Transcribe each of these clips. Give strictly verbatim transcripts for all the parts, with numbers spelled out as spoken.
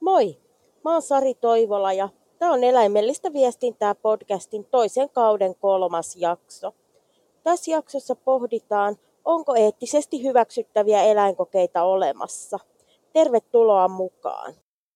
Moi, mä oon Sari Toivola ja tää on Eläimellistä viestintää podcastin toisen kauden kolmas jakso. Tässä jaksossa pohditaan, onko eettisesti hyväksyttäviä eläinkokeita olemassa. Tervetuloa mukaan.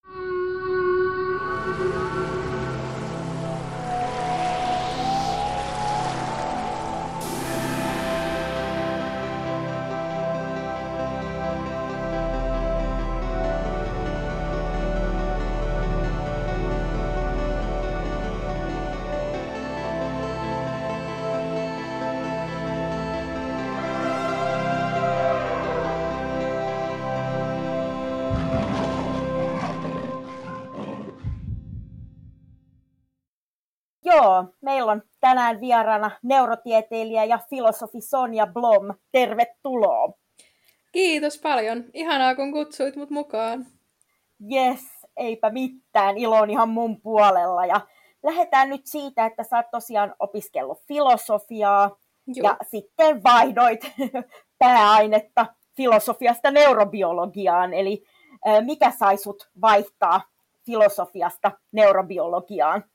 Joo, meillä on tänään vieraana neurotieteilijä ja filosofi Sonja Blom. Tervetuloa. Kiitos paljon. Ihanaa, kun kutsuit mut mukaan. Jes, eipä mitään. Ilo on ihan mun puolella. Ja lähdetään nyt siitä, että sä oot tosiaan opiskellut filosofiaa. Joo. Ja sitten vaihdoit pääainetta filosofiasta neurobiologiaan. Eli mikä sai sut vaihtaa filosofiasta neurobiologiaan?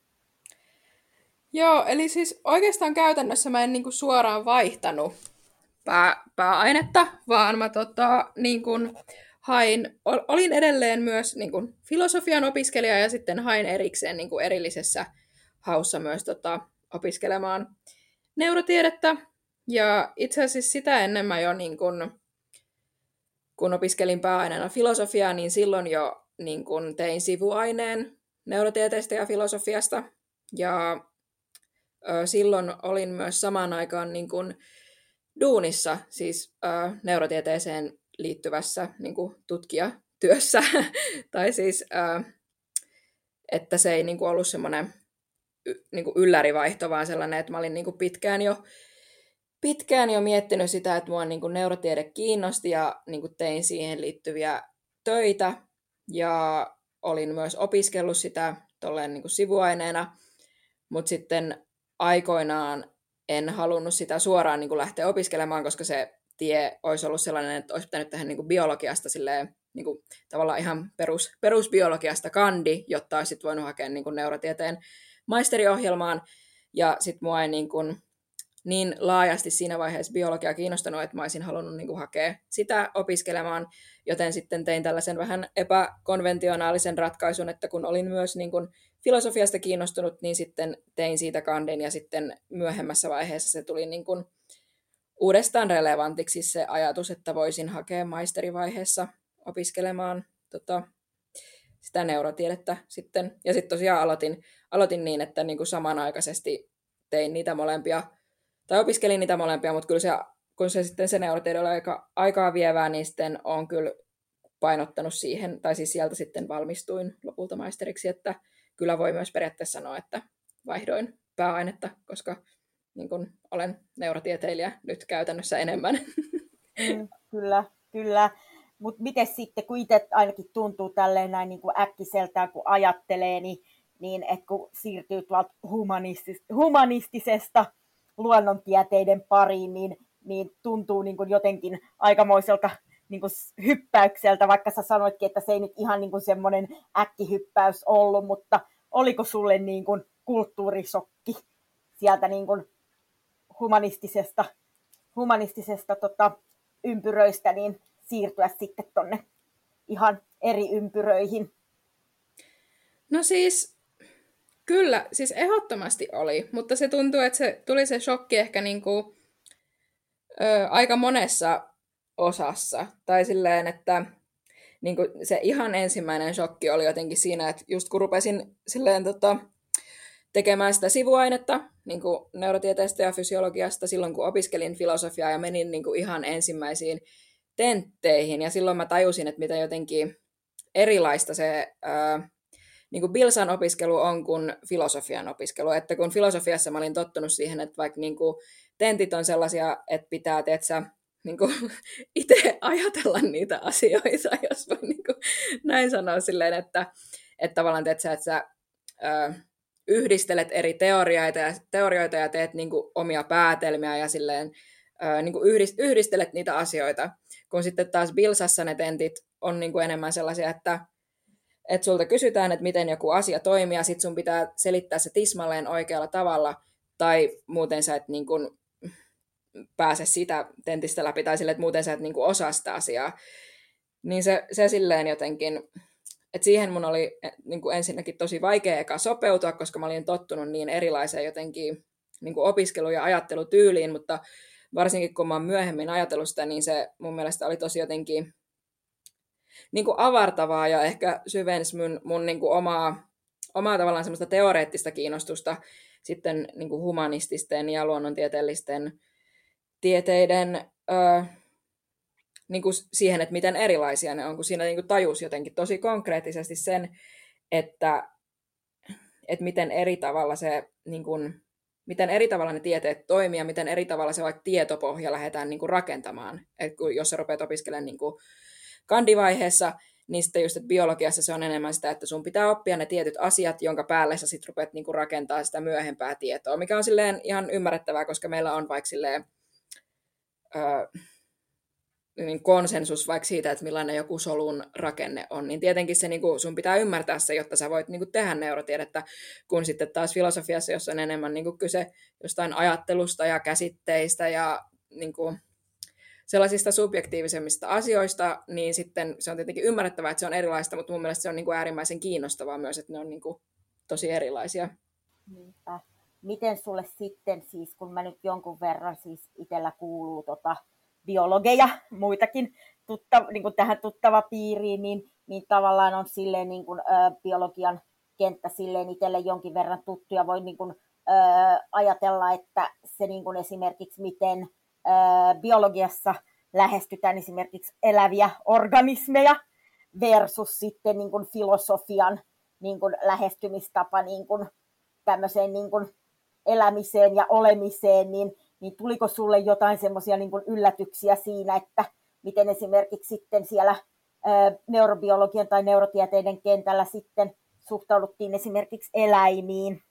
Joo, eli siis oikeastaan käytännössä mä en niinku suoraan vaihtanut pää, pääainetta, vaan mä tota, niinku hain, olin edelleen myös niinku filosofian opiskelija ja sitten hain erikseen niinku erillisessä haussa myös tota, opiskelemaan neurotiedettä. Ja itse asiassa sitä ennen mä jo, niinku, kun opiskelin pääaineena filosofiaa, niin silloin jo niinku tein sivuaineen neurotieteestä ja filosofiasta. Ja silloin olin myös samaan aikaan niin kuin duunissa, siis ö, neurotieteeseen liittyvässä niin kuin tutkijatyössä. tai siis, ö, että se ei niin kuin ollut semmoinen y, niin kuin yllärivaihto, vaan sellainen, että mä olin niin kuin pitkään, jo, pitkään jo miettinyt sitä, että mua niin kuin neurotiede kiinnosti ja niin kuin tein siihen liittyviä töitä. Ja olin myös opiskellut sitä tolleen niin kuin sivuaineena, mutta sitten aikoinaan en halunnut sitä suoraan niin kuin lähteä opiskelemaan, koska se tie olisi ollut sellainen, että olisi pitänyt tehdä niin kuin biologiasta silleen, niin kuin, tavallaan ihan perus, perusbiologiasta kandi, jotta olisi sit voinut hakea niin kuin neurotieteen maisteriohjelmaan. Ja sitten mua ei niin, kuin, niin laajasti siinä vaiheessa biologia kiinnostanut, että mä olisin halunnut niin kuin hakea sitä opiskelemaan, joten sitten tein tällaisen vähän epäkonventionaalisen ratkaisun, että kun olin myös niin kuin filosofiasta kiinnostunut, niin sitten tein siitä kandin ja sitten myöhemmässä vaiheessa se tuli niin kuin uudestaan relevantiksi se ajatus, että voisin hakea maisterivaiheessa opiskelemaan tota, sitä neurotiedettä sitten. Ja sitten tosiaan aloitin, aloitin niin, että niin kuin samanaikaisesti tein niitä molempia, tai opiskelin niitä molempia, mutta kyllä se, kun se sitten se neurotiede oli aika, aikaa vievää, niin sitten olen kyllä painottanut siihen, tai siis sieltä sitten valmistuin lopulta maisteriksi, että kyllä voi myös periaatteessa sanoa, että vaihdoin pääainetta, koska niin kun olen neurotieteilijä nyt käytännössä enemmän. Mm, kyllä, kyllä. Mutta miten sitten, kun itse ainakin tuntuu tälleen näin niin kuin äkkiseltään, kun ajattelee, niin, niin että kun siirtyy tuolta humanistis- humanistisesta luonnontieteiden pariin, niin, niin tuntuu niin kuin jotenkin aikamoiselta niin kuin hyppäykseltä, vaikka sä sanoitkin, että se ei nyt ihan niin kuin semmoinen äkkihyppäys ollut, mutta oliko sulle niin kuin kulttuurisokki sieltä niin kuin humanistisesta, humanistisesta tota, ympyröistä niin siirtyä sitten tonne ihan eri ympyröihin? No siis, kyllä, siis ehdottomasti oli, mutta se tuntuu, että se tuli se shokki ehkä niin kuin, ö, aika monessa osassa. Tai silleen, että niin kuin se ihan ensimmäinen shokki oli jotenkin siinä, että just kun rupesin silleen, tota, tekemään sitä sivuainetta niin kuin neurotieteestä ja fysiologiasta silloin, kun opiskelin filosofiaa ja menin niin kuin ihan ensimmäisiin tentteihin. Ja silloin mä tajusin, että mitä jotenkin erilaista se ää, niin kuin Bilsan opiskelu on kuin filosofian opiskelu. Että kun filosofiassa mä olin tottunut siihen, että vaikka niin kuin tentit on sellaisia, että pitää, teetsä, niin kuin itse ajatella niitä asioita, jos voi niin kuin näin sanoa silleen, että, että tavallaan teetsä, että sä ää, yhdistelet eri teorioita ja, teorioita ja teet niin kuin omia päätelmiä ja silleen, ää, niin kuin yhdistelet niitä asioita, kun sitten taas Bilsassa ne tentit on niin kuin enemmän sellaisia, että että sulta kysytään, että miten joku asia toimii, ja sit sun pitää selittää se tismalleen oikealla tavalla, tai muuten sä et niin kun pääse sitä tentistä läpi, tai sille, että muuten sä et niin kun osaa sitä asiaa. Niin se, se silleen jotenkin, että siihen mun oli niin kun ensinnäkin tosi vaikea eka sopeutua, koska mä olin tottunut niin erilaiseen jotenkin niin kun opiskelu- ja ajattelutyyliin, mutta varsinkin kun mä oon myöhemmin ajatellut sitä, niin se mun mielestä oli tosi jotenkin niin kuin avartavaa ja ehkä syvensi mun, mun niin kuin omaa, omaa tavallaan semmoista teoreettista kiinnostusta sitten niin kuin humanististen ja luonnontieteellisten tieteiden ö, niin kuin siihen, että miten erilaisia ne on, kun siinä niin kuin tajus jotenkin tosi konkreettisesti sen, että, että miten eri tavalla se niin kuin, miten eri tavalla ne tieteet toimii ja miten eri tavalla se vaikka tietopohja lähdetään niin kuin rakentamaan. Et kun, jos sä rupeat opiskelemaan niin kuin kandivaiheessa, niin sitten just, että biologiassa se on enemmän sitä, että sun pitää oppia ne tietyt asiat, jonka päälle sä sit rupeat niinku rakentaa sitä myöhempää tietoa, mikä on silleen ihan ymmärrettävää, koska meillä on vaikka silleen, öö, niin konsensus vaikka siitä, että millainen joku solun rakenne on, niin tietenkin se, niinku, sun pitää ymmärtää se, jotta sä voit niinku tehdä neurotiedettä, kun sitten taas filosofiassa, jossa on enemmän niinku kyse jostain ajattelusta ja käsitteistä ja niinku, sellaisista subjektiivisemmista asioista, niin sitten se on tietenkin ymmärrettävää, että se on erilaista, mutta mun mielestä se on niin kuin äärimmäisen kiinnostavaa myös, että ne on niin kuin tosi erilaisia. Niinpä. Miten sulle sitten, siis kun mä nyt jonkun verran siis itsellä kuuluu tota biologeja, muitakin tutta, niin kuin tähän tuttava piiriin, niin, niin tavallaan on silleen niin kuin, ö, biologian kenttä silleen itselle jonkin verran tuttu ja voi niin kuin, ö, ajatella, että se niin kuin esimerkiksi miten biologiassa lähestytään esimerkiksi eläviä organismeja versus sitten niin kuin filosofian niin kuin lähestymistapa niin kuin tämmöiseen niin kuin elämiseen ja olemiseen, niin, niin tuliko sulle jotain semmoisia niin kuin yllätyksiä siinä, että miten esimerkiksi sitten siellä ää, neurobiologian tai neurotieteiden kentällä sitten suhtauduttiin esimerkiksi eläimiin?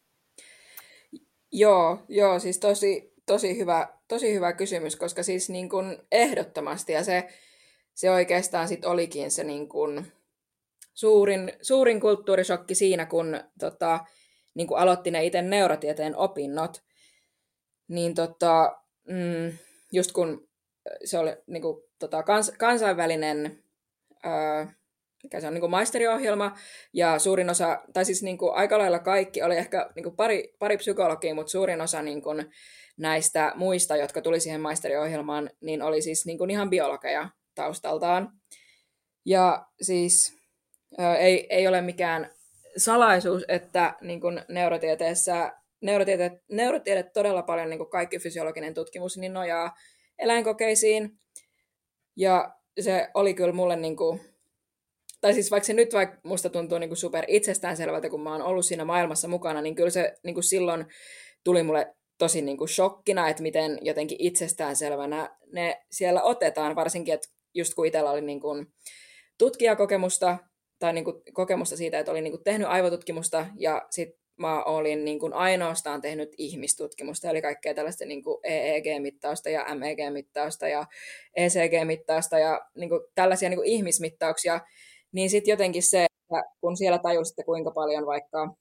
Joo, joo, siis tosi, tosi hyvä, tosi hyvä kysymys, koska siis niin kuin ehdottomasti, ja se, se oikeastaan sit olikin se niin kuin suurin, suurin kulttuurishokki siinä, kun tota, niin kuin aloitti ne itse neurotieteen opinnot, niin tota, mm, just kun se oli niin kuin, tota, kans, kansainvälinen ää, mikä se on, niin kuin maisteriohjelma, ja suurin osa, tai siis niin kuin aika lailla kaikki, oli ehkä niin kuin pari, pari psykologia, mutta suurin osa niin kuin näistä muista, jotka tuli siihen maisteriohjelmaan, niin oli siis niin kuin ihan biologeja taustaltaan. Ja siis ää, ei, ei ole mikään salaisuus, että niin kuin neurotieteessä, neurotiede, neurotiede todella paljon, niin kuin kaikki fysiologinen tutkimus, niin nojaa eläinkokeisiin, ja se oli kyllä mulle niin kuin tai siis vaikka se nyt vaikka musta tuntuu niin kuin super itsestäänselvältä, kun mä oon ollut siinä maailmassa mukana, niin kyllä se niin kuin silloin tuli mulle tosi niin kuin shokkina, että miten jotenkin itsestäänselvänä ne siellä otetaan, varsinkin, että just kun itsellä oli niin kuin tutkijakokemusta, tai niin kuin kokemusta siitä, että olin niin kuin tehnyt aivotutkimusta, ja sitten mä olin niin kuin ainoastaan tehnyt ihmistutkimusta, eli kaikkea tällaista niin kuin E E G-mittausta ja M E G-mittausta ja E C G-mittausta ja niin kuin tällaisia niin kuin ihmismittauksia, niin sitten jotenkin se, että kun siellä tajusitte kuinka paljon vaikka...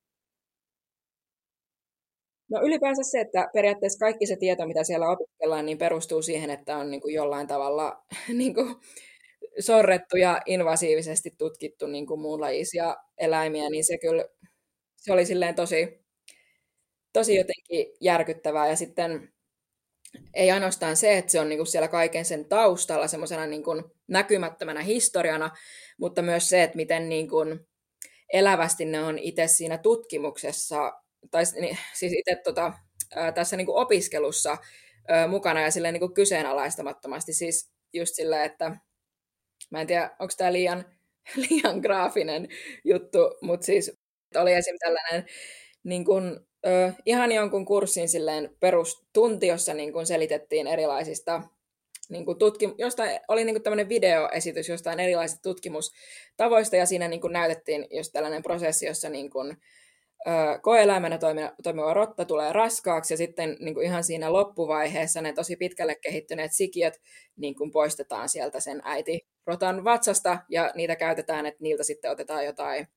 No ylipäänsä se, että periaatteessa kaikki se tieto, mitä siellä opiskellaan, niin perustuu siihen, että on niin kuin jollain tavalla niin kuin sorrettu ja invasiivisesti tutkittu niin kuin muunlajisia eläimiä, niin se kyllä se oli silleen tosi, tosi jotenkin järkyttävää. Ja sitten ei ainoastaan se, että se on niin kuin siellä kaiken sen taustalla semmoisena niin kuin näkymättömänä historiana, mutta myös se, että miten niin kuin elävästi ne on itse siinä tutkimuksessa, tai siis itse tota, tässä niin kuin opiskelussa mukana ja silleen niin kuin kyseenalaistamattomasti. Siis just silleen, että mä en tiedä, onko tämä liian, liian graafinen juttu, mutta siis oli esim. Tällainen niin kuin, ö, ihan jonkun kurssin silleen perustunti, jossa niin kuin selitettiin erilaisista, niin kuin tutkim- jostain, oli niin kuin tämmöinen videoesitys jostain erilaisista tutkimustavoista, ja siinä niin kuin näytettiin just tällainen prosessi, jossa niin kuin, ö, koe-eläimenä toimiva, toimiva rotta tulee raskaaksi, ja sitten niin kuin ihan siinä loppuvaiheessa ne tosi pitkälle kehittyneet sikiöt niin kuin poistetaan sieltä sen äiti rotan vatsasta, ja niitä käytetään, että niiltä sitten otetaan jotain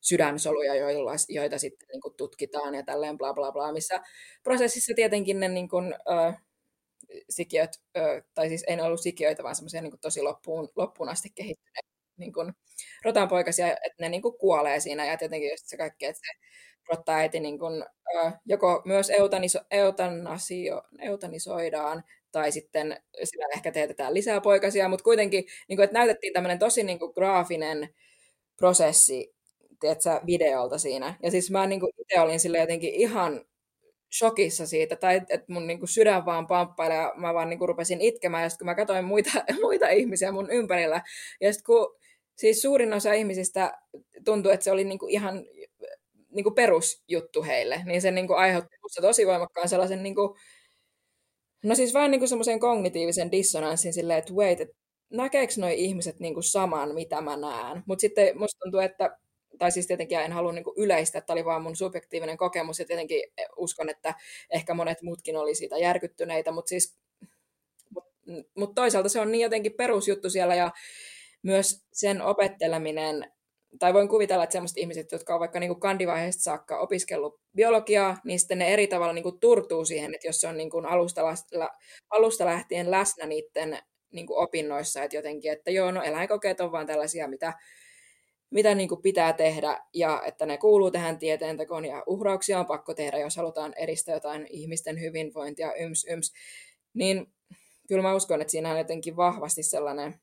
sydänsoluja, joilla, joita sitten niin kuin tutkitaan ja tälleen bla bla bla, missä prosessissa tietenkin ne niin kuin, ö, sikiöt, ö, tai siis ei ne ollut sikiöitä, vaan semmoisia niin kuin tosi loppuun, loppuun asti kehittyneitä niin kuin rotanpoikasia, että ne niin kuin kuolee siinä, ja tietenkin just se kaikki, että se rottaäiti niin kuin, ö, joko myös eutaniso, eutanasio, eutanisoidaan, tai sitten sillä ehkä teetetään lisää poikasia, mutta kuitenkin, niin kuin, että näytettiin tämmöinen tosi niin kuin graafinen prosessi, tiedätkö, videolta siinä. Ja siis mä niin kuin itse olin sille jotenkin ihan shokissa siitä, tai että mun niin kuin sydän vaan pamppailee, ja mä vaan niin kuin rupesin itkemään, ja sitten kun mä katsoin muita, muita ihmisiä mun ympärillä, ja sitten kun siis suurin osa ihmisistä tuntui, että se oli niin kuin ihan niin kuin perusjuttu heille, niin se niin kuin aiheutti musta tosi voimakkaan sellaisen, niin kuin, no siis vähän niin kuin semmoisen kognitiivisen dissonanssin silleen, että wait, että näkeekö noi ihmiset niin kuin saman, mitä mä näen? Mutta sitten musta tuntuu, että, tai siis tietenkin en halua niin kuin yleistää, että oli vaan mun subjektiivinen kokemus, ja tietenkin uskon, että ehkä monet muutkin oli siitä järkyttyneitä, mutta siis, mut, mut toisaalta se on niin jotenkin perusjuttu siellä, ja myös sen opetteleminen, tai voin kuvitella, että sellaiset ihmiset, jotka on vaikka niin kuin kandivaiheesta saakka opiskellut biologiaa, niin sitten ne eri tavalla niin kuin turtuu siihen, että jos se on niin kuin alusta, alusta lähtien läsnä niiden niin kuin opinnoissa, että jotenkin, että joo, no eläinkokeet on vaan tällaisia, mitä, mitä niin kuin pitää tehdä, ja että ne kuuluu tähän tieteentekoon, ja uhrauksia on pakko tehdä, jos halutaan edistää jotain ihmisten hyvinvointia, yms, yms. Niin kyllä mä uskon, että siinä on jotenkin vahvasti sellainen,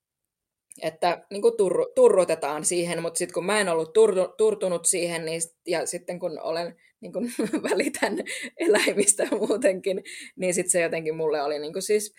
että niin kuin turru, turrutetaan siihen, mutta sitten kun mä en ollut turtu, turtunut siihen, niin, ja sitten kun olen, niin kuin välitän eläimistä muutenkin, niin sitten se jotenkin mulle oli niin kuin siis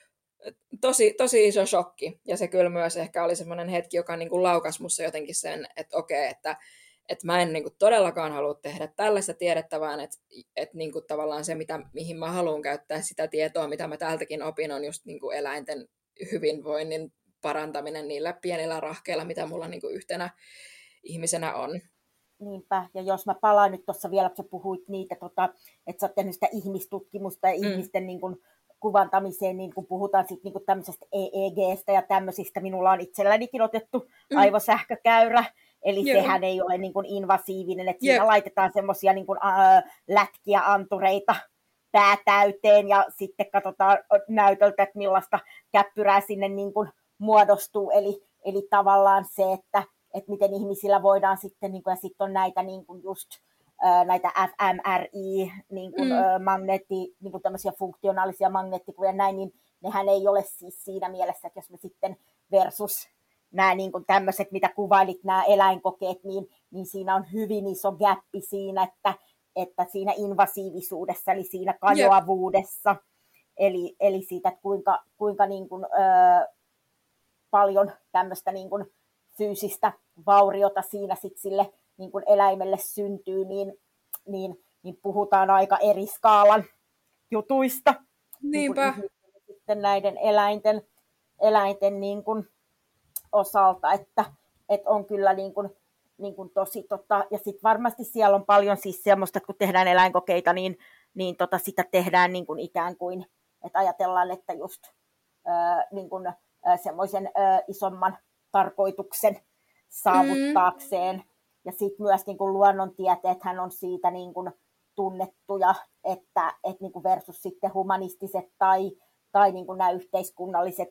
tosi, tosi iso shokki. Ja se kyllä myös ehkä oli semmoinen hetki, joka niin kuin laukasi musta jotenkin sen, että okei, että, että mä en niin kuin todellakaan halua tehdä tällaista tiedettä, vaan että, että niin kuin tavallaan se, mitä, mihin mä haluan käyttää sitä tietoa, mitä mä täältäkin opin, on just niin kuin eläinten hyvinvoinnin parantaminen niillä pienillä rahkeilla, mitä mulla niin kuin yhtenä ihmisenä on. Niinpä, ja jos mä palaan nyt tuossa vielä, kun sä puhuit niitä, tota, että sä oot tehnyt sitä ihmistutkimusta ja mm. ihmisten niin kuin, kuvantamiseen, niin kun puhutaan sitten niin tämmöisestä E E G:stä ja tämmöisistä, minulla on itsellänikin otettu mm. aivosähkökäyrä, eli Joo. sehän ei ole niin kuin invasiivinen, että siinä Jep. laitetaan semmoisia niin kuin, äh, lätkiä, antureita päätäyteen, ja sitten katsotaan näytöltä, että millaista käppyrää sinne niin kuin muodostuu, eli, eli tavallaan se, että, että miten ihmisillä voidaan sitten, niin kuin, ja sitten on näitä niin kuin just näitä F M R I, niin kuin, mm. magneetti, niin kuin tämmöisiä funktionaalisia magneettikuvia, näin, niin nehän ei ole siis siinä mielessä, että jos me sitten versus nämä niin kuin tämmöiset, mitä kuvailit, nämä eläinkokeet, niin, niin siinä on hyvin iso gäppi siinä, että, että siinä invasiivisuudessa, eli siinä kajoavuudessa, yep. eli, eli siitä, että kuinka, kuinka niin kuin, ö, paljon tämmöistä niin kuin fyysistä vauriota siinä sitten sille niin kuin eläimelle syntyy, niin, niin, niin puhutaan aika eri skaalan jutuista. Niinpä. Niin sitten näiden eläinten, eläinten niin kuin osalta, että, että on kyllä niin kuin, niin kuin tosi, tota, ja sitten varmasti siellä on paljon siis semmoista, että kun tehdään eläinkokeita, niin, niin tota, sitä tehdään niin kuin ikään kuin, että ajatellaan, että just ää, niin kuin, ää, semmoisen ää, isomman tarkoituksen saavuttaakseen. Mm. Ja sitten myös niin kuin luonnontieteethän on siitä niin kuin tunnettuja, että, että niin kuin versus sitten humanistiset tai, tai niin kuin nämä yhteiskunnalliset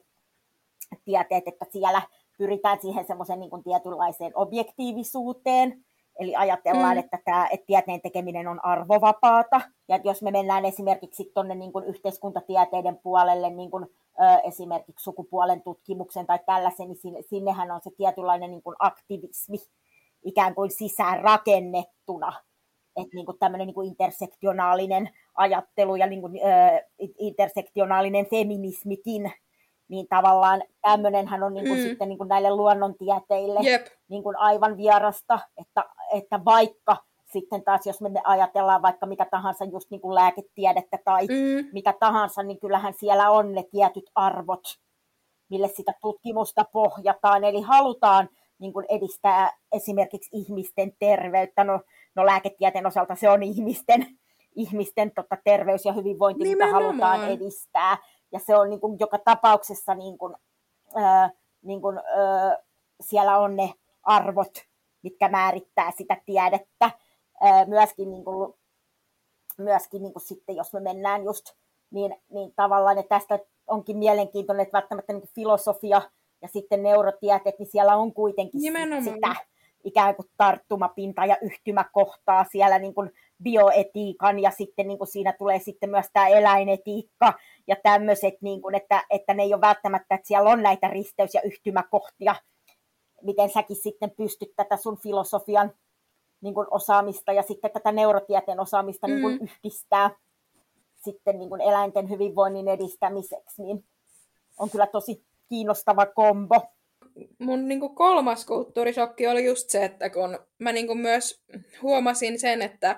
tieteet, että siellä pyritään siihen semmoisen niin kuin tietynlaiseen objektiivisuuteen. Eli ajatellaan, mm. että, tämä, että tieteen tekeminen on arvovapaata. Ja jos me mennään esimerkiksi tuonne niin kuin yhteiskuntatieteiden puolelle, niin kuin, ö, esimerkiksi sukupuolen tutkimuksen tai tällaisen, niin sinne, sinnehän on se tietynlainen niin kuin aktivismi ikään kuin sisään rakennettuna. Että niin kuin tämmöinen niin kuin intersektionaalinen ajattelu ja niin kuin, ö, intersektionaalinen feminismikin, niin tavallaan tämmöinenhän on niin kuin mm. sitten niin kuin näille luonnontieteille Jep. niin kuin aivan vierasta, että, että vaikka sitten taas, jos me ajatellaan vaikka mitä tahansa just niin kuin lääketiedettä tai mm. mitä tahansa, niin kyllähän siellä on ne tietyt arvot, mille sitä tutkimusta pohjataan, eli halutaan niin kuin edistää esimerkiksi ihmisten terveyttä, no, no lääketieteen osalta se on ihmisten, ihmisten tota, terveys ja hyvinvointi, Nimenomaan. mitä halutaan edistää. Ja se on niin kuin, joka tapauksessa, niin kuin, ää, niin kuin, ää, siellä on ne arvot, mitkä määrittää sitä tiedettä. Ää, myöskin, niin kuin, myöskin niin kuin sitten, jos me mennään just, niin, niin tavallaan, että tästä onkin mielenkiintoinen, että välttämättä niin kuin filosofia ja sitten neurotieteet, niin siellä on kuitenkin Nimenomaan. sitä ikään kuin tarttumapinta ja yhtymäkohtaa siellä niin kuin bioetiikan ja sitten niin kuin siinä tulee sitten myös tämä eläinetiikka ja tämmöiset, niin kuin, että, että ne ei ole välttämättä, että siellä on näitä risteys- ja yhtymäkohtia. Miten säkin sitten pystyt tätä sun filosofian niin kuin osaamista ja sitten tätä neurotieteen osaamista mm. niin kuin yhdistää sitten niin kuin eläinten hyvinvoinnin edistämiseksi, niin on kyllä tosi kiinnostava kombo. Mun niin kuin kolmas kulttuurisokki oli just se, että kun mä niin kuin myös huomasin sen, että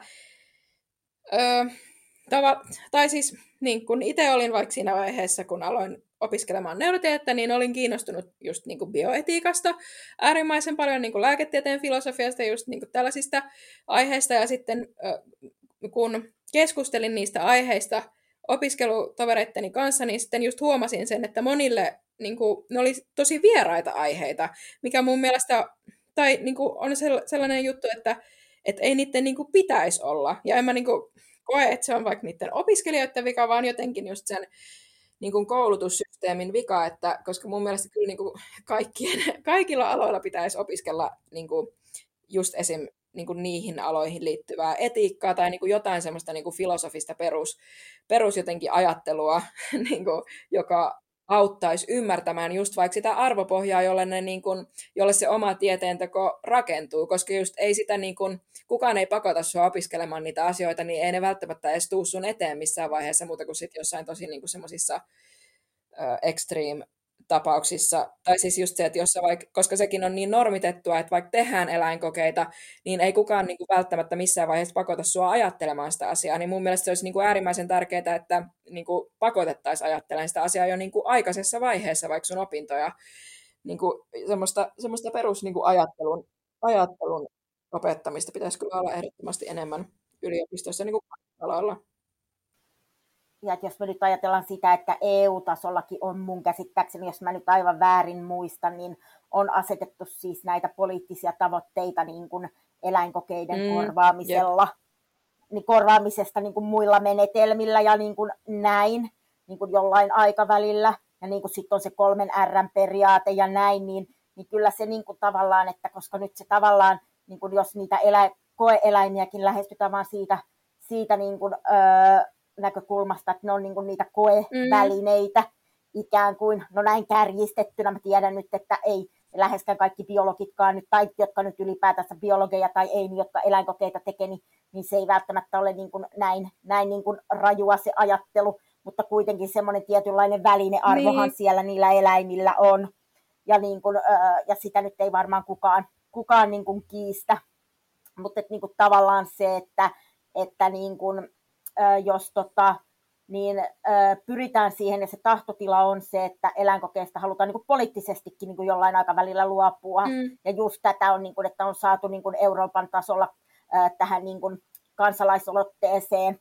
öö, tava, tai siis niin kun itse olin vaikka siinä vaiheessa, kun aloin opiskelemaan neurotietettä, niin olin kiinnostunut just niin kuin bioetiikasta, äärimmäisen paljon niin kuin lääketieteen filosofiasta, just niin kuin tällaisista aiheista, ja sitten kun keskustelin niistä aiheista opiskelutovereitteni kanssa, niin sitten just huomasin sen, että monille niin kuin, ne oli tosi vieraita aiheita, mikä mun mielestä tai niin kuin, on sellainen juttu, että et ei niiden niin kuin, pitäisi olla, ja en mä niin kuin, koe, että se on vaikka niiden opiskelijoiden vika, vaan jotenkin just sen niin kuin koulutussysteemin vika, että, koska mun mielestä kyllä niin kuin kaikkien, kaikilla aloilla pitäisi opiskella niin kuin just esim. Niin kuin niihin aloihin liittyvää etiikkaa tai niin kuin jotain semmoista niin kuin filosofista perus, perus jotenkin ajattelua, niin kuin, joka auttaisi ymmärtämään just vaikka sitä arvopohjaa, jolle, ne niin kuin, jolle se oma tieteenteko rakentuu, koska just ei sitä niin kuin, kukaan ei pakota sua opiskelemaan niitä asioita, niin ei ne välttämättä edes tuu sun eteen missään vaiheessa muuta kuin sit jossain tosi niin kuin semmoisissa extreme tapauksissa, tai siis just se, että jos vaikka, koska sekin on niin normitettua, että vaikka tehdään eläinkokeita, niin ei kukaan niin kuin välttämättä missään vaiheessa pakota sua ajattelemaan sitä asiaa, niin mun mielestä se olisi niin kuin äärimmäisen tärkeää, että niin kuin pakotettaisiin ajattelemaan sitä asiaa jo niin kuin aikaisessa vaiheessa, vaikka sun opintoja, niin kuin semmoista, semmoista perus niin kuin ajattelun, ajattelun opettamista pitäisi kyllä olla ehdottomasti enemmän yliopistoissa niin kuin aloilla. Ja että jos me nyt ajatellaan sitä, että E U-tasollakin on mun käsittääkseni, jos mä nyt aivan väärin muistan, niin on asetettu siis näitä poliittisia tavoitteita niin kuin eläinkokeiden mm, korvaamisella, niin korvaamisesta niin kuin muilla menetelmillä ja niin kuin näin, niin kuin jollain aikavälillä. Ja niin kuin sitten on se kolmen R:n periaate ja näin, niin, niin kyllä se niin kuin tavallaan, että koska nyt se tavallaan, niin kuin jos niitä elä, koe-eläimiäkin lähestytään vaan siitä, siitä niin kuin, öö, näkökulmasta, että ne on niinku niitä koevälineitä mm. ikään kuin, no näin kärjistettynä, mä tiedän nyt, että ei läheskään kaikki biologitkaan nyt, tai jotka nyt ylipäätänsä biologeja tai ei, niin jotka eläinkokeita tekee, niin, niin se ei välttämättä ole niin kuin näin, näin niin kuin rajua se ajattelu, mutta kuitenkin semmoinen tietynlainen välinearvohan niin siellä niillä eläimillä on, ja, niin kuin, ja sitä nyt ei varmaan kukaan, kukaan niin kuin kiistä, mutta niin kuin tavallaan se, että, että niin kuin jos tota, niin, ö, pyritään siihen, ja se tahtotila on se, että eläinkokeista halutaan niin kuin poliittisestikin niin kuin jollain aikavälillä luopua. Mm. Ja just tätä on, niin kuin, että on saatu niin kuin Euroopan tasolla ö, tähän niin kuin kansalaisaloitteeseen,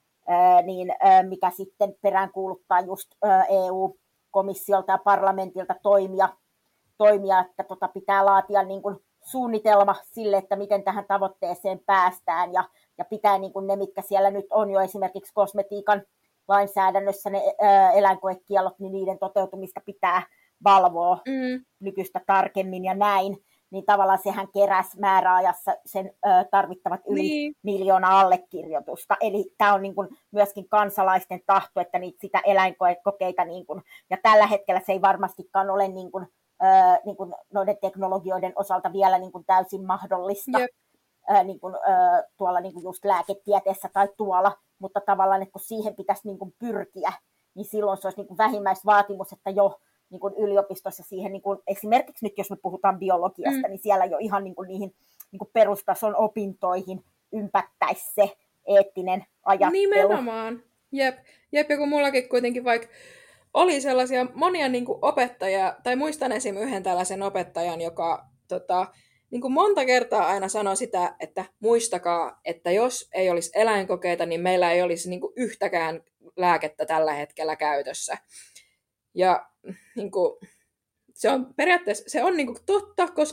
ö, niin, ö, mikä sitten peräänkuuluttaa just ö, E U-komissiolta ja parlamentilta toimia, toimia että tota, pitää laatia niin kuin suunnitelma sille, että miten tähän tavoitteeseen päästään, ja, ja pitää niin kuin ne, mitkä siellä nyt on jo esimerkiksi kosmetiikan lainsäädännössä, ne ää, eläinkoekiellot, niin niiden toteutumista pitää valvoa mm. nykyistä tarkemmin ja näin, niin tavallaan sehän keräsi määräajassa sen ää, tarvittavat yli niin. miljoona allekirjoitusta, eli tämä on niin kuin myöskin kansalaisten tahto, että niitä sitä eläinkokeita, niin kuin, ja tällä hetkellä se ei varmastikaan ole niin kuin Öö, niin kuin noiden teknologioiden osalta vielä niin kuin täysin mahdollista öö, niin kuin, öö, tuolla niin kuin just lääketieteessä tai tuolla, mutta tavallaan, että kun siihen pitäisi niin kuin pyrkiä, niin silloin se olisi niin kuin vähimmäisvaatimus, että jo niin kuin yliopistossa siihen, niin kuin esimerkiksi nyt jos me puhutaan biologiasta, mm. niin siellä jo ihan niin kuin niihin niin kuin perustason opintoihin ympättäisi se eettinen ajattelu. Nimenomaan. Jep, Jep ja kun mullakin kuitenkin vaikka oli sellaisia monia niin kuin opettajia, tai muistan esim. Yhden tällaisen opettajan, joka tota, niin kuin monta kertaa aina sanoi sitä, että muistakaa, että jos ei olisi eläinkokeita, niin meillä ei olisi niin kuin yhtäkään lääkettä tällä hetkellä käytössä. Ja niin kuin, se on periaatteessa se on niin kuin totta, koska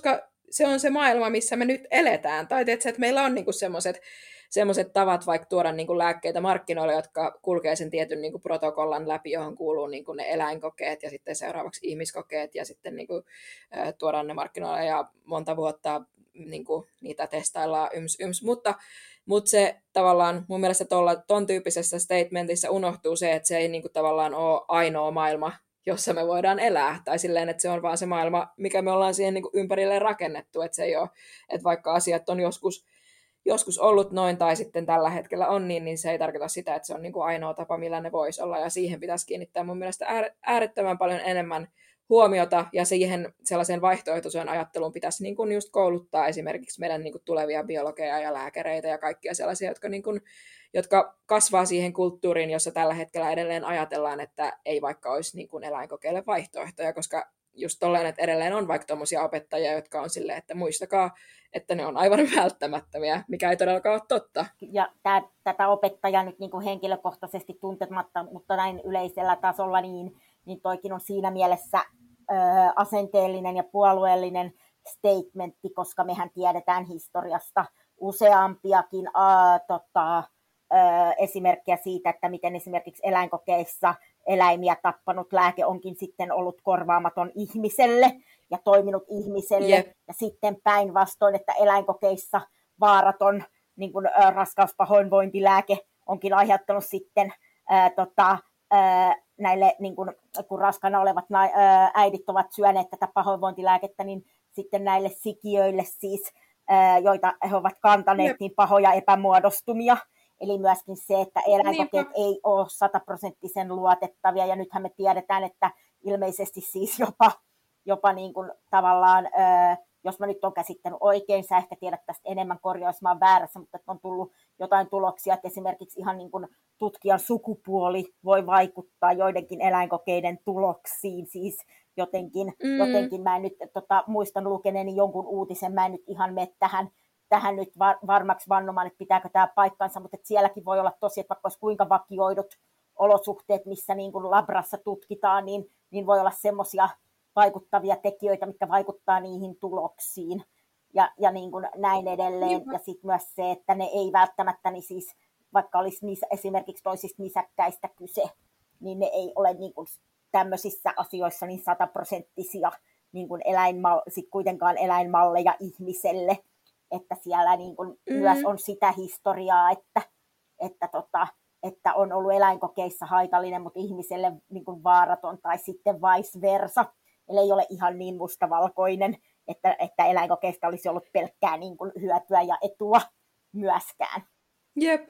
se on se maailma, missä me nyt eletään. Tai tietysti, että meillä on niinku semmoiset semmoiset tavat vaikka tuoda niinku lääkkeitä markkinoille, jotka kulkee sen tietyn niinku protokollan läpi, johon kuuluu niinku ne eläinkokeet ja sitten seuraavaksi ihmiskokeet ja sitten niinku, ä, tuodaan ne markkinoille ja monta vuotta niinku, niitä testaillaan yms, yms. Mutta, mutta se tavallaan mun mielestä tolla, ton tyyppisessä statementissa unohtuu se, että se ei niinku, tavallaan ole ainoa maailma, jossa me voidaan elää, tai silleen, että se on vaan se maailma, mikä me ollaan siihen niinku, ympärille rakennettu, että se ei ole, että vaikka asiat on joskus joskus ollut noin tai sitten tällä hetkellä on niin, niin se ei tarkoita sitä, että se on niin kuin ainoa tapa, millä ne voisi olla. Ja siihen pitäisi kiinnittää mun mielestä äärettömän paljon enemmän huomiota ja siihen sellaiseen vaihtoehtoiseen ajatteluun pitäisi niin kuin just kouluttaa esimerkiksi meidän niin kuin tulevia biologeja ja lääkäreitä ja kaikkia sellaisia, jotka, niin kuin, jotka kasvaa siihen kulttuuriin, jossa tällä hetkellä edelleen ajatellaan, että ei vaikka olisi niin kuin eläinkokeille vaihtoehtoja, koska just tolleen, että edelleen on vaikka tommosia opettajia, jotka on silleen, että muistakaa, että ne on aivan välttämättömiä, mikä ei todellakaan ole totta. Ja tää, tätä opettajaa nyt niin kuin henkilökohtaisesti tuntematta, mutta näin yleisellä tasolla, niin, niin toikin on siinä mielessä ö, asenteellinen ja puolueellinen statementti, koska mehän tiedetään historiasta useampiakin ä, tota, ö, esimerkkejä siitä, että miten esimerkiksi eläinkokeissa eläimiä tappanut lääke onkin sitten ollut korvaamaton ihmiselle ja toiminut ihmiselle. Yep. Ja sitten päinvastoin, että eläinkokeissa vaaraton niin kuin, ä, raskauspahoinvointilääke onkin aiheuttanut sitten ä, tota, ä, näille, niin kuin, kun raskana olevat ä, äidit ovat syöneet tätä pahoinvointilääkettä, niin sitten näille sikiöille siis, ä, joita he ovat kantaneet, Yep. niin pahoja epämuodostumia. Eli myöskin se, että eläinkokeet Niinpä. ei ole sataprosenttisen luotettavia, ja nythän me tiedetään, että ilmeisesti siis jopa, jopa niin kuin tavallaan, jos mä nyt olen käsittänyt oikein, sä ehkä tiedät tästä enemmän, korjaa, jos mä oon väärässä, mutta on tullut jotain tuloksia, että esimerkiksi ihan niin kuin tutkijan sukupuoli voi vaikuttaa joidenkin eläinkokeiden tuloksiin, siis jotenkin, mm. jotenkin mä en nyt tota, muistan lukeneeni jonkun uutisen, mä en nyt ihan mene tähän, tähän nyt var- varmaksi vannomaan, että pitääkö tämä paikkansa, mutta että sielläkin voi olla tosi, että vaikka olisi kuinka vakioidut olosuhteet, missä niin kuin labrassa tutkitaan, niin, niin voi olla semmoisia vaikuttavia tekijöitä, mitkä vaikuttaa niihin tuloksiin ja, ja niin kuin näin edelleen. Niinpä. Ja sitten myös se, että ne ei välttämättä, niin siis, vaikka olisi niissä, esimerkiksi toisista nisäkkäistä kyse, niin ne ei ole niin kuin tämmöisissä asioissa niin sataprosenttisia niin kuin eläinmal- sit kuitenkaan eläinmalleja ihmiselle, että siellä niin kuin mm. myös on sitä historiaa, että, että, tota, että on ollut eläinkokeissa haitallinen, mutta ihmiselle niin kuin vaaraton, tai sitten vice versa. Eli ei ole ihan niin mustavalkoinen, että, että eläinkokeista olisi ollut pelkkää niin kuin hyötyä ja etua myöskään. Jep.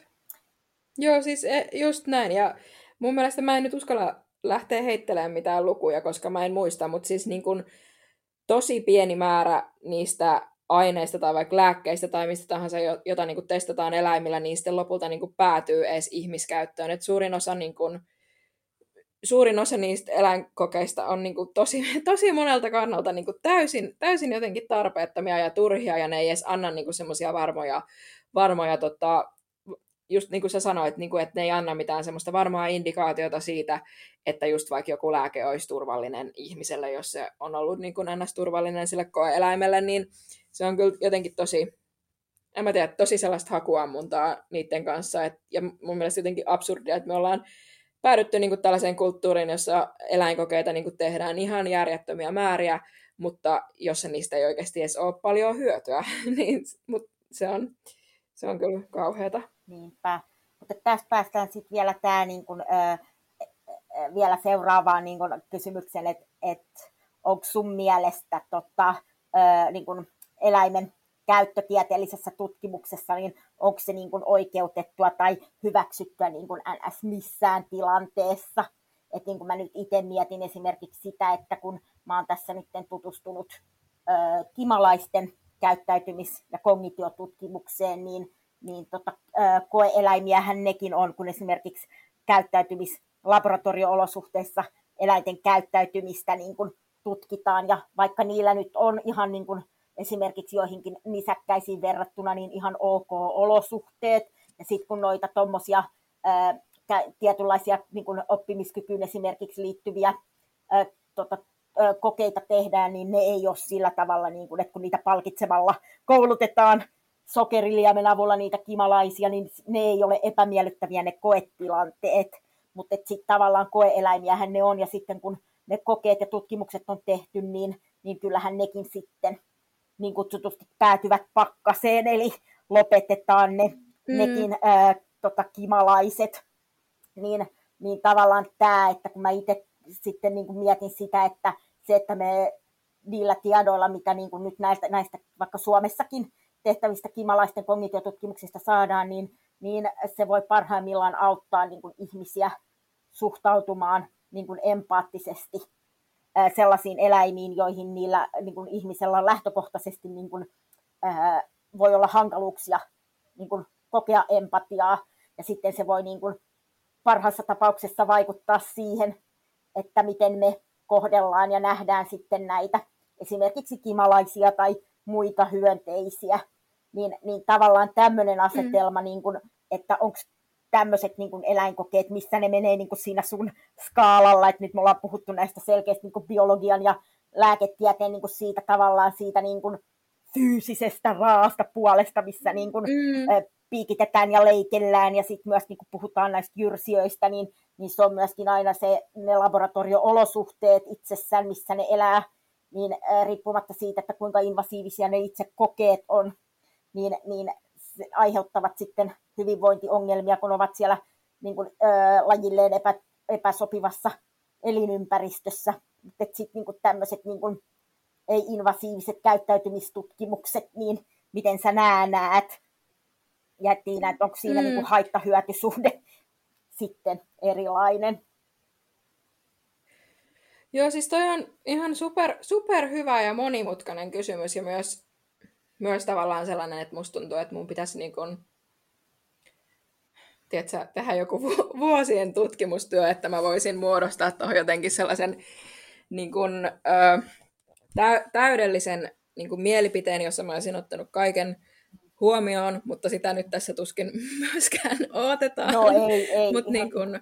Joo, siis e, just näin. Ja mun mielestä mä en nyt uskalla lähteä heittelemään mitään lukuja, koska mä en muista, mutta siis niin kun tosi pieni määrä niistä aineista tai vaikka lääkkeistä tai mistä tahansa, jota niin kun testataan eläimillä, niin sitten lopulta niin kun päätyy edes ihmiskäyttöön. Et suurin osa niin kun, suurin osa niistä eläinkokeista on niin kuin tosi, tosi monelta kannalta niin kuin täysin, täysin jotenkin tarpeettomia ja turhia, ja ne ei edes anna niin kuin semmoisia varmoja, varmoja tota, just niin kuin sä sanoit, niin kuin, että ne ei anna mitään semmoista varmaa indikaatiota siitä, että just vaikka joku lääke olisi turvallinen ihmiselle, jos se on ollut niin kuin ns-turvallinen sille koe-eläimelle, niin se on kyllä jotenkin tosi, en mä tiedä, tosi sellaista hakuammuntaa niiden kanssa, et, ja mun mielestä jotenkin absurdia, että me ollaan päädytty niin kuin tällaiseen kulttuuriin, jossa eläinkokeita niin kuin tehdään ihan järjettömiä määriä, mutta jossa niistä ei oikeasti edes ole paljon hyötyä. niin, mutta se on, se on kyllä kauheata. Niinpä. Mutta tästä päästään sitten vielä, tää, niin kun, ö, vielä seuraavaan niin kun kysymykseen, että et, onko sun mielestä tota, ö, niin kun eläimen käyttötieteellisessä tutkimuksessa, niin onko se niin kuin oikeutettua tai hyväksyttyä niin kuin N S missään tilanteessa. Et niin kuin mä nyt itse mietin esimerkiksi sitä, että kun mä oon tässä nyt tutustunut ö, kimalaisten käyttäytymis- ja kognitiotutkimukseen, niin, niin tota, ö, koe-eläimiähän nekin on, kun esimerkiksi käyttäytymislaboratorio-olosuhteissa eläinten käyttäytymistä niin kuin tutkitaan, ja vaikka niillä nyt on ihan niin kuin esimerkiksi joihinkin nisäkkäisiin verrattuna niin ihan ok-olosuhteet. Ja sitten kun noita tuommoisia tietynlaisia niin kuin oppimiskykyyn esimerkiksi liittyviä ää, tota, ö, kokeita tehdään, niin ne ei ole sillä tavalla, niin kuin, että kun niitä palkitsemalla koulutetaan sokeriliemen avulla niitä kimalaisia, niin ne ei ole epämiellyttäviä ne koetilanteet, mutta sitten tavallaan koeeläimiähän ne on, ja sitten kun ne kokeet ja tutkimukset on tehty, niin, niin kyllähän nekin sitten niin kutsutusti päätyvät pakkaseen, eli lopetetaan ne, mm. nekin ää, tota, kimalaiset, niin, niin tavallaan tämä, että kun mä itse sitten niin kuin mietin sitä, että se, että me niillä tiedoilla, mitä niin kuin nyt näistä, näistä vaikka Suomessakin tehtävistä kimalaisten kognitiotutkimuksista saadaan, niin, niin se voi parhaimmillaan auttaa niin kuin ihmisiä suhtautumaan niin kuin empaattisesti ää, sellaisiin eläimiin, joihin niillä niin kuin ihmisellä on lähtökohtaisesti niin kuin, ää, voi olla hankaluuksia niin kuin kokea empatiaa, ja sitten se voi niin kuin parhaassa tapauksessa vaikuttaa siihen, että miten me kohdellaan ja nähdään sitten näitä esimerkiksi kimalaisia tai muita hyönteisiä, niin, niin tavallaan tämmöinen asetelma, mm. niin kuin, että onko tämmöiset niin kuin eläinkokeet, missä ne menee niin kuin siinä sun skaalalla, että nyt me ollaan puhuttu näistä selkeästi niin kuin biologian ja lääketieteen niin kuin siitä tavallaan siitä niin kuin fyysisestä raasta puolesta, missä niin kuin, mm. piikitetään ja leikellään, ja sitten myös niin kuin puhutaan näistä jyrsijöistä, niin, niin se on myöskin aina se, ne laboratorio-olosuhteet itsessään, missä ne elää, niin äh, riippumatta siitä, että kuinka invasiivisia ne itse kokeet on, niin, niin aiheuttavat sitten hyvinvointiongelmia, kun ovat siellä niin kuin, äh, lajilleen epä, epäsopivassa elinympäristössä. Mutta sitten niin tämmöiset niin kuin ei-invasiiviset käyttäytymistutkimukset, niin miten sä nää näet? Ja siinä, että onko siinä mm. niin kuin haitta-hyötysuhde sitten erilainen? Joo, siis toi on ihan super, super hyvä ja monimutkainen kysymys, ja myös, myös tavallaan sellainen, että musta tuntuu, että mun pitäisi niin kun, tiedätkö, tehdä joku vuosien tutkimustyö, että mä voisin muodostaa tuohon jotenkin sellaisen niin kun, ö, täydellisen niin kun mielipiteen, jossa mä olisin ottanut kaiken huomioon, mutta sitä nyt tässä tuskin myöskään odotetaan. No ei, ei. Mutta niin kun,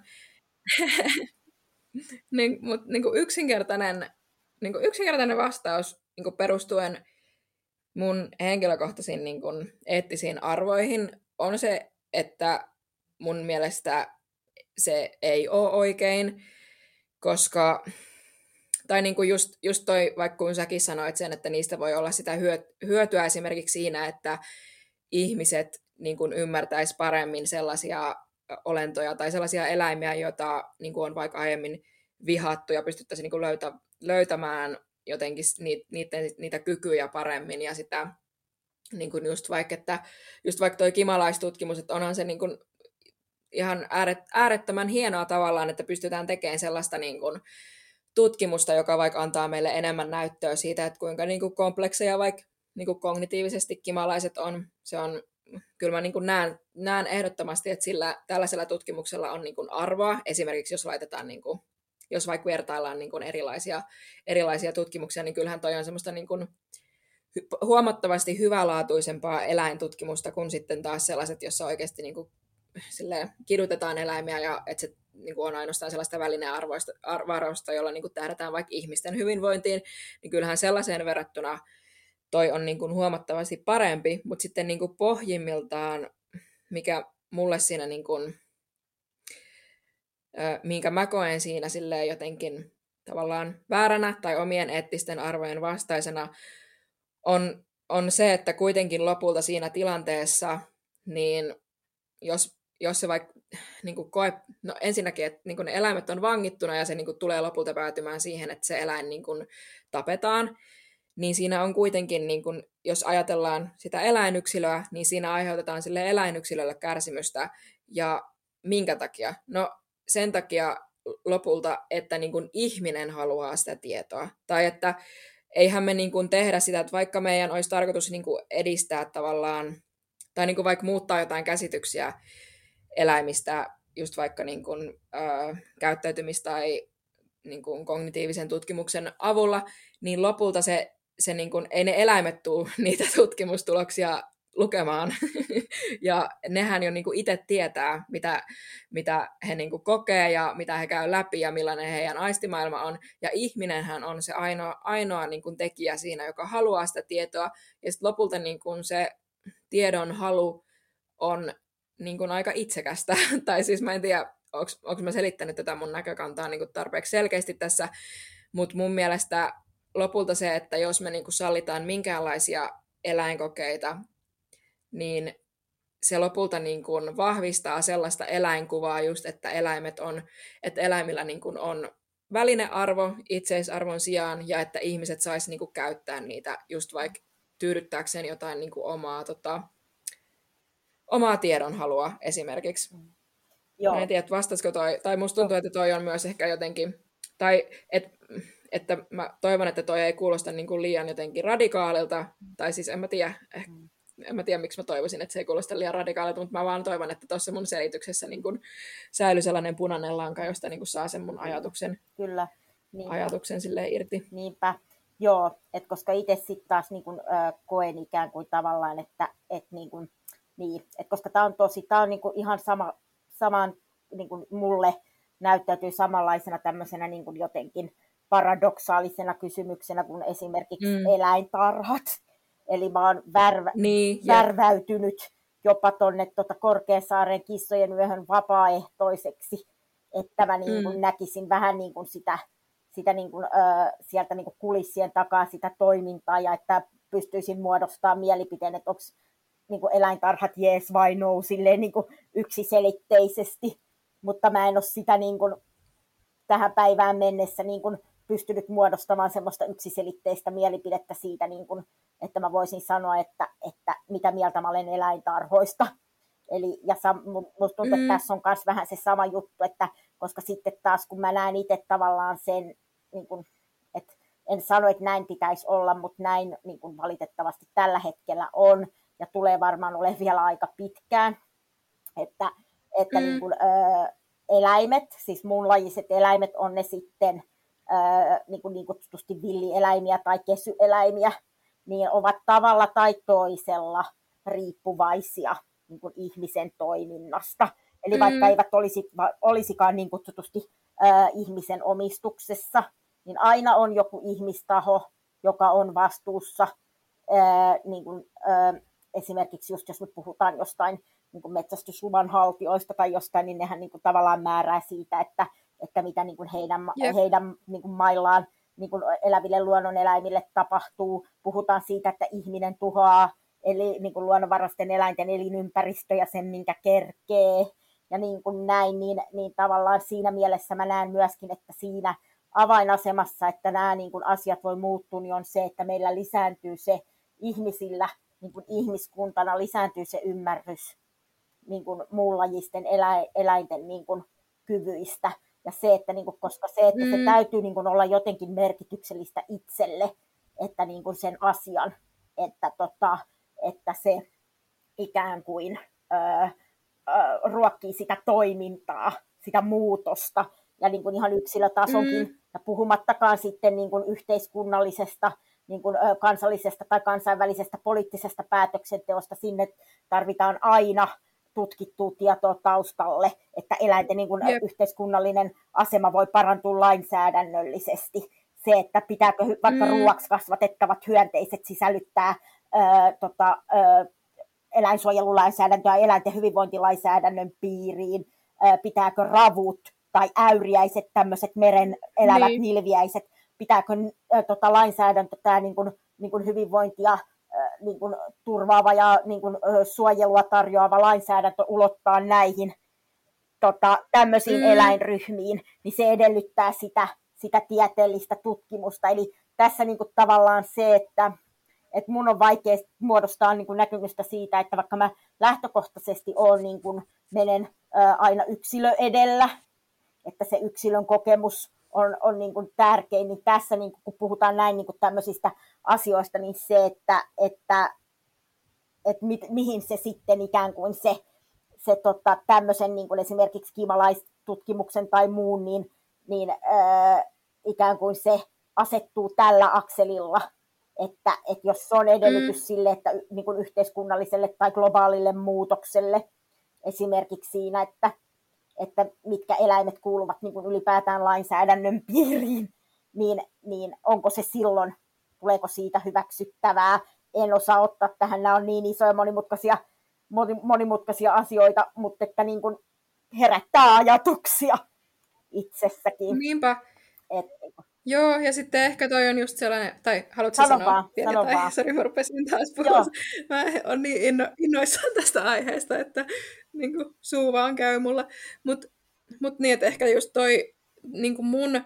niin, mut, niin kuin yksinkertainen, niin kuin yksinkertainen vastaus niin kuin perustuen mun henkilökohtaisiin niin kuin eettisiin arvoihin on se, että mun mielestä se ei ole oikein, koska, tai niin kuin just, just toi, vaikka kun säkin sanoit sen, että niistä voi olla sitä hyötyä esimerkiksi siinä, että ihmiset niin kuin ymmärtäisi paremmin sellaisia olentoja tai sellaisia eläimiä, joita niin kuin on vaikka aiemmin vihattu, ja pystyttäisiin niin kuin löytä, löytämään jotenkin niitä, niitä kykyjä paremmin, ja sitä niin kuin just vaikka, että just vaikka toi kimalaistutkimus, että onhan se niin kuin ihan ääret, äärettömän hienoa tavallaan, että pystytään tekemään sellaista niin kuin tutkimusta, joka vaikka antaa meille enemmän näyttöä siitä, että kuinka niin kuin komplekseja vaikka niin kuin kognitiivisesti kimalaiset on. Se on kyllä mä niin kuin näen, näen ehdottomasti, että sillä tällaisella tutkimuksella on niin kuin arvoa. Esimerkiksi jos laitetaan, niin kuin, jos vaikka vertaillaan niin kuin erilaisia, erilaisia tutkimuksia, niin kyllähän toi on semmoista niin kuin huomattavasti hyvälaatuisempaa eläintutkimusta kuin sitten taas sellaiset, jossa oikeasti niin kuin silleen kidutetaan eläimiä, ja että se niin kuin on ainoastaan sellaista välinearvoista, jolla niin kuin tähdätään vaikka ihmisten hyvinvointiin, niin kyllähän sellaiseen verrattuna toi on niin kuin huomattavasti parempi, mutta sitten niin kuin pohjimmiltaan, mikä mulle siinä, niin kuin, minkä mä koen siinä silleen jotenkin tavallaan vääränä tai omien eettisten arvojen vastaisena, on, on se, että kuitenkin lopulta siinä tilanteessa, niin jos, jos se vaikka niin kuin koe, no ensinnäkin, että niin kuin ne eläimet on vangittuna ja se niin kuin tulee lopulta päätymään siihen, että se eläin niin kuin tapetaan, niin siinä on kuitenkin, niin kun, jos ajatellaan sitä eläinyksilöä, niin siinä aiheutetaan sille eläinyksilölle kärsimystä. Ja minkä takia? No sen takia lopulta, että niin kun ihminen haluaa sitä tietoa. Tai että eihän me niin kun tehdä sitä, että vaikka meidän olisi tarkoitus niin kun edistää tavallaan, tai niin kun vaikka muuttaa jotain käsityksiä eläimistä, just vaikka niin kun, ö, käyttäytymistä tai niin kun kognitiivisen tutkimuksen avulla, niin lopulta se se niin kuin, ei ne eläimet tule niitä tutkimustuloksia lukemaan. Ja nehän jo niin kuin itse tietää, mitä, mitä he niin kuin kokee ja mitä he käy läpi ja millainen heidän aistimaailma on. Ja ihminenhän on se ainoa, ainoa niin kuin tekijä siinä, joka haluaa sitä tietoa. Ja sitten lopulta niin kuin se tiedon halu on niin kuin aika itsekästä. Tai siis mä en tiedä, onko mä selittänyt tätä mun näkökantaa niin kuin tarpeeksi selkeästi tässä, mutta mun mielestä lopulta se, että jos me niin kuin sallitaan minkäänlaisia eläinkokeita, niin se lopulta niin kuin vahvistaa sellaista eläinkuvaa just, että eläimet on, että eläimillä niin kuin on välinearvo itseisarvon sijaan ja että ihmiset sais niin kuin käyttää niitä just vaikka tyydyttääkseen jotain niin kuin omaa, tota, omaa tiedonhalua esimerkiksi. Joo. Mä en tiedä, vastasiko toi, tai musta tuntuu, että toi on myös ehkä jotenkin, tai et, että mä toivon, että toi ei kuulosta niin kuin liian jotenkin radikaalilta, tai siis en mä tiedä, eh, en mä tiedä miksi mä toivoisin, että se ei kuulosta liian radikaalilta, mutta mä vaan toivon, että tuossa mun selityksessä niin kuin säilyi sellainen punainen lanka, josta niin kuin saa sen mun ajatuksen, Kyllä. Niinpä. ajatuksen silleen irti. Niinpä. Joo, että koska itse sitten taas niin kun, äh, koen ikään kuin tavallaan, että et, niin kun, niin, et koska tämä on tosi, tämä on niin kun ihan sama, saman, niin kun mulle näyttäytyy samanlaisena tämmöisenä niin kun jotenkin paradoksaalisena kysymyksenä kuin esimerkiksi mm. eläintarhat. Eli mä oon värvä, niin, värväytynyt jopa tuonne tuota Korkeasaaren kissojen yöhön vapaaehtoiseksi, että mä niin kun mm. näkisin vähän niin kun sitä, sitä niin kun, ö, sieltä niin kun kulissien takaa sitä toimintaa ja että pystyisin muodostamaan mielipiteen, että onko niin kun eläintarhat jees vai no silleen niin kun yksiselitteisesti, mutta mä en ole sitä niin kun tähän päivään mennessä niin kun pystynyt muodostamaan semmoista yksiselitteistä mielipidettä siitä, niin kun, että mä voisin sanoa, että, että mitä mieltä mä olen eläintarhoista. Eli, ja sam, musta tuntuu, mm. että tässä on myös vähän se sama juttu, että koska sitten taas kun mä näen itse tavallaan sen, niin kun, että en sano, että näin pitäisi olla, mutta näin niin kun valitettavasti tällä hetkellä on ja tulee varmaan olemaan vielä aika pitkään, että, että mm. niin kun, ö, eläimet, siis muunlajiset eläimet on ne sitten Öö, niin, kuin, niin kutsutusti villieläimiä tai kesyeläimiä, niin ovat tavalla tai toisella riippuvaisia niin kuin ihmisen toiminnasta. Eli mm. vaikka eivät olisi, olisikaan niin kutsutusti öö, ihmisen omistuksessa, niin aina on joku ihmistaho, joka on vastuussa. Öö, niin kuin, öö, esimerkiksi just jos nyt puhutaan jostain niin kuin metsästysluvan haltijoista tai jostain, niin nehän niin kuin tavallaan määrää siitä, että että mitä niin kuin heidän, yep. heidän niin kuin maillaan niin kuin eläville luonnoneläimille tapahtuu. Puhutaan siitä, että ihminen tuhoaa eli, niin kuin luonnonvaraisten eläinten elinympäristö ja sen, minkä kerkee. Ja niin kuin näin, niin, niin tavallaan siinä mielessä mä näen myöskin, että siinä avainasemassa, että nämä niin kuin asiat voi muuttua, niin on se, että meillä lisääntyy se ihmisillä, niin kuin ihmiskuntana lisääntyy se ymmärrys niin kuin muunlajisten elä, eläinten niin kuin kyvyistä. Ja se, että, niin kuin, koska se, että mm. se täytyy niin kuin, olla jotenkin merkityksellistä itselle, että niin kuin sen asian, että, tota, että se ikään kuin öö, öö, ruokkii sitä toimintaa, sitä muutosta, ja niin kuin ihan yksilötasonkin, mm. ja puhumattakaan sitten niin kuin yhteiskunnallisesta, niin kuin, ö, kansallisesta tai kansainvälisestä poliittisesta päätöksenteosta, sinne tarvitaan aina tutkittua tietoa taustalle, että eläinten niin kuin yep. yhteiskunnallinen asema voi parantua lainsäädännöllisesti. Se, että pitääkö vaikka mm. ruuaksi kasvatettavat hyönteiset sisällyttää ää, tota, ää, eläinsuojelulainsäädäntöä ja eläinten hyvinvointilainsäädännön piiriin, ää, pitääkö ravut tai äyriäiset, tämmöiset meren elävät niin. nilviäiset, pitääkö ää, tota, lainsäädäntö tämä niin kuin, niin kuin hyvinvointia niin kuin turvaava ja niin kuin, suojelua tarjoava lainsäädäntö ulottaa näihin tota, tämmöisiin mm. eläinryhmiin, niin se edellyttää sitä, sitä tieteellistä tutkimusta. Eli tässä niin kuin, tavallaan se, että, että mun on vaikea muodostaa niin kuin, näkemystä siitä, että vaikka mä lähtökohtaisesti olen, niin kuin, menen ää, aina yksilö edellä, että se yksilön kokemus on, on niin kuin tärkein, niin tässä niin kuin, kun puhutaan näin niin kuin tämmöisistä asioista, niin se, että, että, että mi, mihin se sitten ikään kuin se, se tota, tämmöisen niin kuin esimerkiksi kiimalaistutkimuksen tai muun, niin, niin ää, ikään kuin se asettuu tällä akselilla, että, että jos se on edellytys Mm. sille, että niin kuin yhteiskunnalliselle tai globaalille muutokselle, esimerkiksi siinä, että, että mitkä eläimet kuuluvat niin kuin ylipäätään lainsäädännön piiriin, niin, niin onko se silloin, tuleeko siitä hyväksyttävää? En osaa ottaa tähän, nämä on niin isoja monimutkaisia, monimutkaisia asioita, mutta että niin kuin herättää ajatuksia itsessäkin. Niinpä. Et, Joo, ja sitten ehkä toi on just sellainen, tai haluatko Sano sanoa vaan, vielä, sano tai vaan. sori, mä rupesin taas Joo. puhumaan. Mä oon niin inno, innoissaan tästä aiheesta, että niin kuin, suu vaan käy mulla. Mutta mut niin, että ehkä just toi niin kuin mun,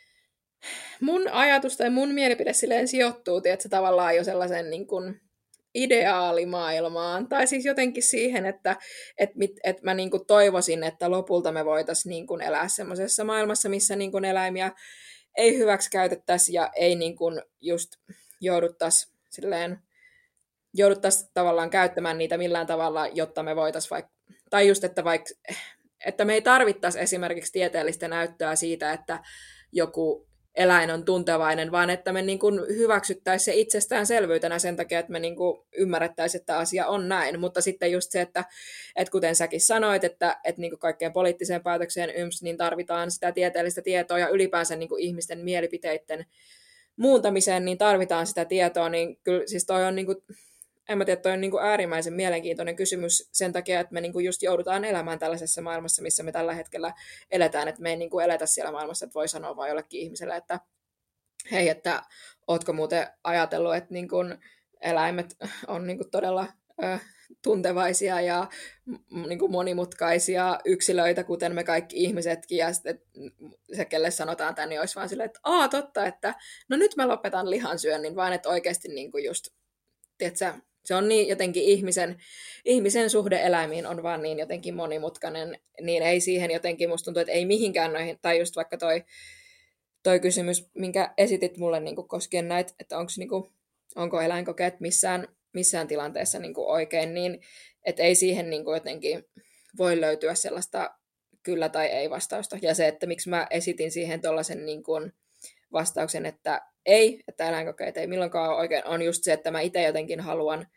mun ajatus tai mun mielipide silleen sijoittuu, tiedätkö, tavallaan jo sellaisen niin kuin ideaalimaailmaan, tai siis jotenkin siihen, että et, et mä niinku toivoisin, että lopulta me voitaisiin niinku elää semmoisessa maailmassa, missä niinku eläimiä ei hyväksi käytettäisi ja ei niinku just jouduttaisi silleen, jouduttaisi tavallaan käyttämään niitä millään tavalla, jotta me voitaisiin vaikka, tai just, että vaikka, että me ei tarvittaisi esimerkiksi tieteellistä näyttöä siitä, että joku eläin on tuntevainen, vaan että me niin kuin hyväksyttäisiin se itsestäänselvyytenä sen takia, että me niin kuin ymmärrettäisiin, että asia on näin. Mutta sitten just se, että, että kuten säkin sanoit, että, että niin kuin kaikkeen poliittiseen päätökseen yms, niin tarvitaan sitä tieteellistä tietoa ja ylipäänsä niin kuin ihmisten mielipiteiden muuntamiseen, niin tarvitaan sitä tietoa, niin kyllä siis toi on niin kuin, en mä tiedä, toi on niin kuin äärimmäisen mielenkiintoinen kysymys sen takia, että me niin kuin just joudutaan elämään tällaisessa maailmassa, missä me tällä hetkellä eletään, että me ei niin kuin eletä siellä maailmassa, että voi sanoa vaan jollekin ihmiselle, että hei, että ootko muuten ajatellut, että niin kuin eläimet on niin kuin todella ö, tuntevaisia ja niin kuin monimutkaisia yksilöitä, kuten me kaikki ihmisetkin, ja sitten se, kelle sanotaan tämän, niin olisi vaan silleen, että aa, totta, että no nyt mä lopetan lihansyönnin, vaan että oikeasti niin kuin just, tiedätkö, se on niin jotenkin ihmisen, ihmisen suhde eläimiin on vaan niin jotenkin monimutkainen, niin ei siihen jotenkin, musta tuntuu, että ei mihinkään noihin, tai just vaikka toi, toi kysymys, minkä esitit mulle niin kuin koskien näitä, että onko, niin kuin, onko eläinkokeet missään, missään tilanteessa niin kuin oikein, niin että ei siihen niin kuin jotenkin voi löytyä sellaista kyllä tai ei vastausta. Ja se, että miksi mä esitin siihen tuollaisen niin kuin vastauksen, että ei, että eläinkokeet ei milloinkaan ole oikein, on just se, että mä itse jotenkin haluan,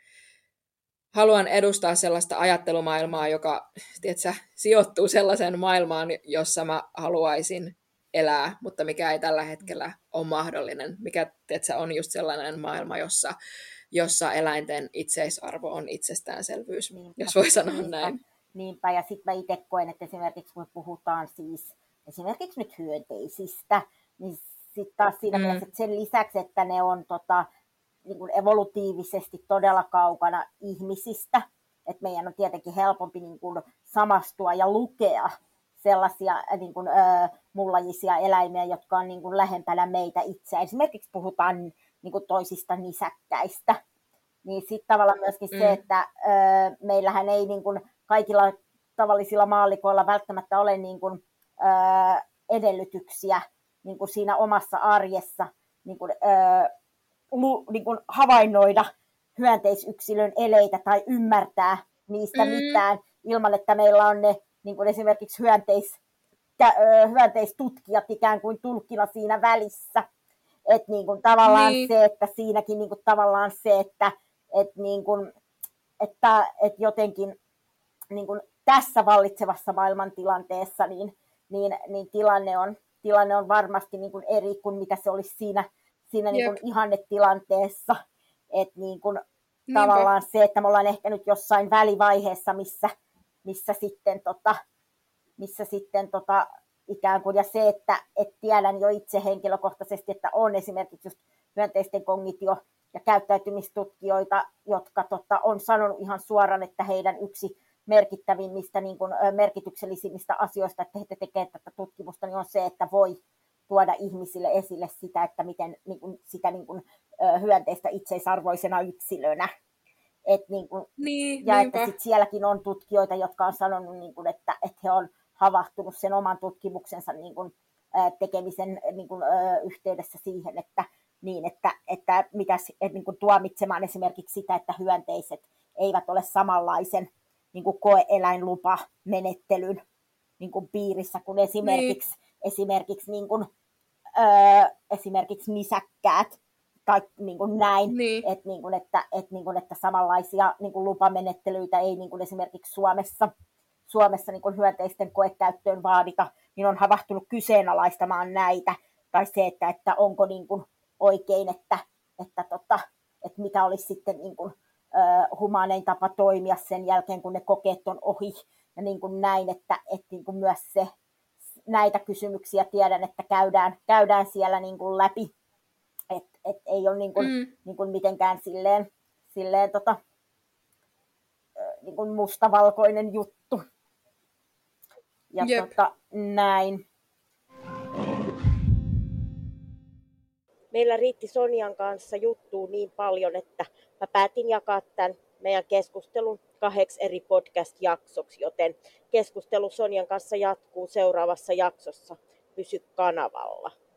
haluan edustaa sellaista ajattelumaailmaa, joka, tiedätkö, sijoittuu sellaiseen maailmaan, jossa mä haluaisin elää, mutta mikä ei tällä hetkellä ole mahdollinen. Mikä, tiedätkö, on just sellainen maailma, jossa, jossa eläinten itseisarvo on itsestäänselvyys, niinpä, jos voi sanoa niinpä, näin. Niinpä, ja sitten mä itse koen, että esimerkiksi kun puhutaan siis esimerkiksi nyt hyönteisistä, niin sitten taas siinä mm. mielessä, että sen lisäksi, että ne on tota, niin kuin evolutiivisesti todella kaukana ihmisistä, että meidän on tietenkin helpompi niin kuin samastua ja lukea sellaisia niin kuin, ö, mullajisia eläimiä, jotka on niin kuin lähempänä meitä itseä. Esimerkiksi puhutaan niin kuin toisista nisäkkäistä. Niin sitten tavallaan myöskin mm. se, että ö, meillähän ei niin kuin kaikilla tavallisilla maallikoilla välttämättä ole niin kuin, ö, edellytyksiä niin kuin siinä omassa arjessa niin kuin, ö, lu, niin kuin havainnoida hyönteisyksilön eleitä tai ymmärtää niistä mm. mitään ilman, että meillä on ne niin kuin esimerkiksi hyönteis, ö, hyönteistutkijat ikään kuin tulkkina siinä välissä. Että niin kuin tavallaan niin. se, että siinäkin niin kuin tavallaan se, että et niin kuin, että et jotenkin niin kuin tässä vallitsevassa maailmantilanteessa niin, niin, niin tilanne on tilanne on varmasti niin kuin eri kuin mitä se olisi siinä, siinä niin kuin ihannetilanteessa. Että niin kuin tavallaan se, että me ollaan ehkä nyt jossain välivaiheessa, missä, missä sitten, tota, missä sitten tota, ikään kuin, ja se, että et tiedän jo itse henkilökohtaisesti, että on esimerkiksi just hyönteisten kognitio- ja käyttäytymistutkijoita, jotka tota, on sanonut ihan suoraan, että heidän yksi merkittävimmistä, niin kuin, merkityksellisimmistä asioista, että he tekevät tätä tutkimusta, niin on se, että voi tuoda ihmisille esille sitä, että miten niin kuin, sitä niin kuin, hyönteistä itseisarvoisena yksilönä. Et, niin kuin, niin, ja niinpä. että sit sielläkin on tutkijoita, jotka on sanonut, niin kuin, että, että he on havahtunut sen oman tutkimuksensa niin kuin, tekemisen niin kuin, yhteydessä siihen, että, niin, että, että mitäs, että, niin kuin, tuomitsemaan esimerkiksi sitä, että hyönteiset eivät ole samanlaisen niin kuin koe-eläinlupamenettelyn niin kuin piirissä kuin esimerkiksi, niin. esimerkiksi, niin kuin, öö, esimerkiksi nisäkkäät tai niin kuin näin, Niin. että, niin kuin, että, että, niin kuin, että samanlaisia niin kuin lupamenettelyitä ei niin kuin esimerkiksi Suomessa, Suomessa niin kuin hyönteisten koekäyttöön vaadita, niin on havahtunut kyseenalaistamaan näitä, tai se, että, että onko niin kuin oikein, että, että, tota, että mikä olisi sitten niin kuin, uh, humaanein tapa toimia sen jälkeen, kun ne kokeet on ohi, ja niin kuin näin, että, että niin kuin myös se, näitä kysymyksiä tiedän, että käydään, käydään siellä niin kuin läpi, että et ei ole niin kuin, mm. niin kuin mitenkään silleen, silleen tota, niin kuin mustavalkoinen juttu. Ja tota, näin. Meillä riitti Sonjan kanssa juttua niin paljon, että mä päätin jakaa tämän meidän keskustelun kahdeksi eri podcast-jaksoksi, joten keskustelu Sonjan kanssa jatkuu seuraavassa jaksossa. Pysy kanavalla.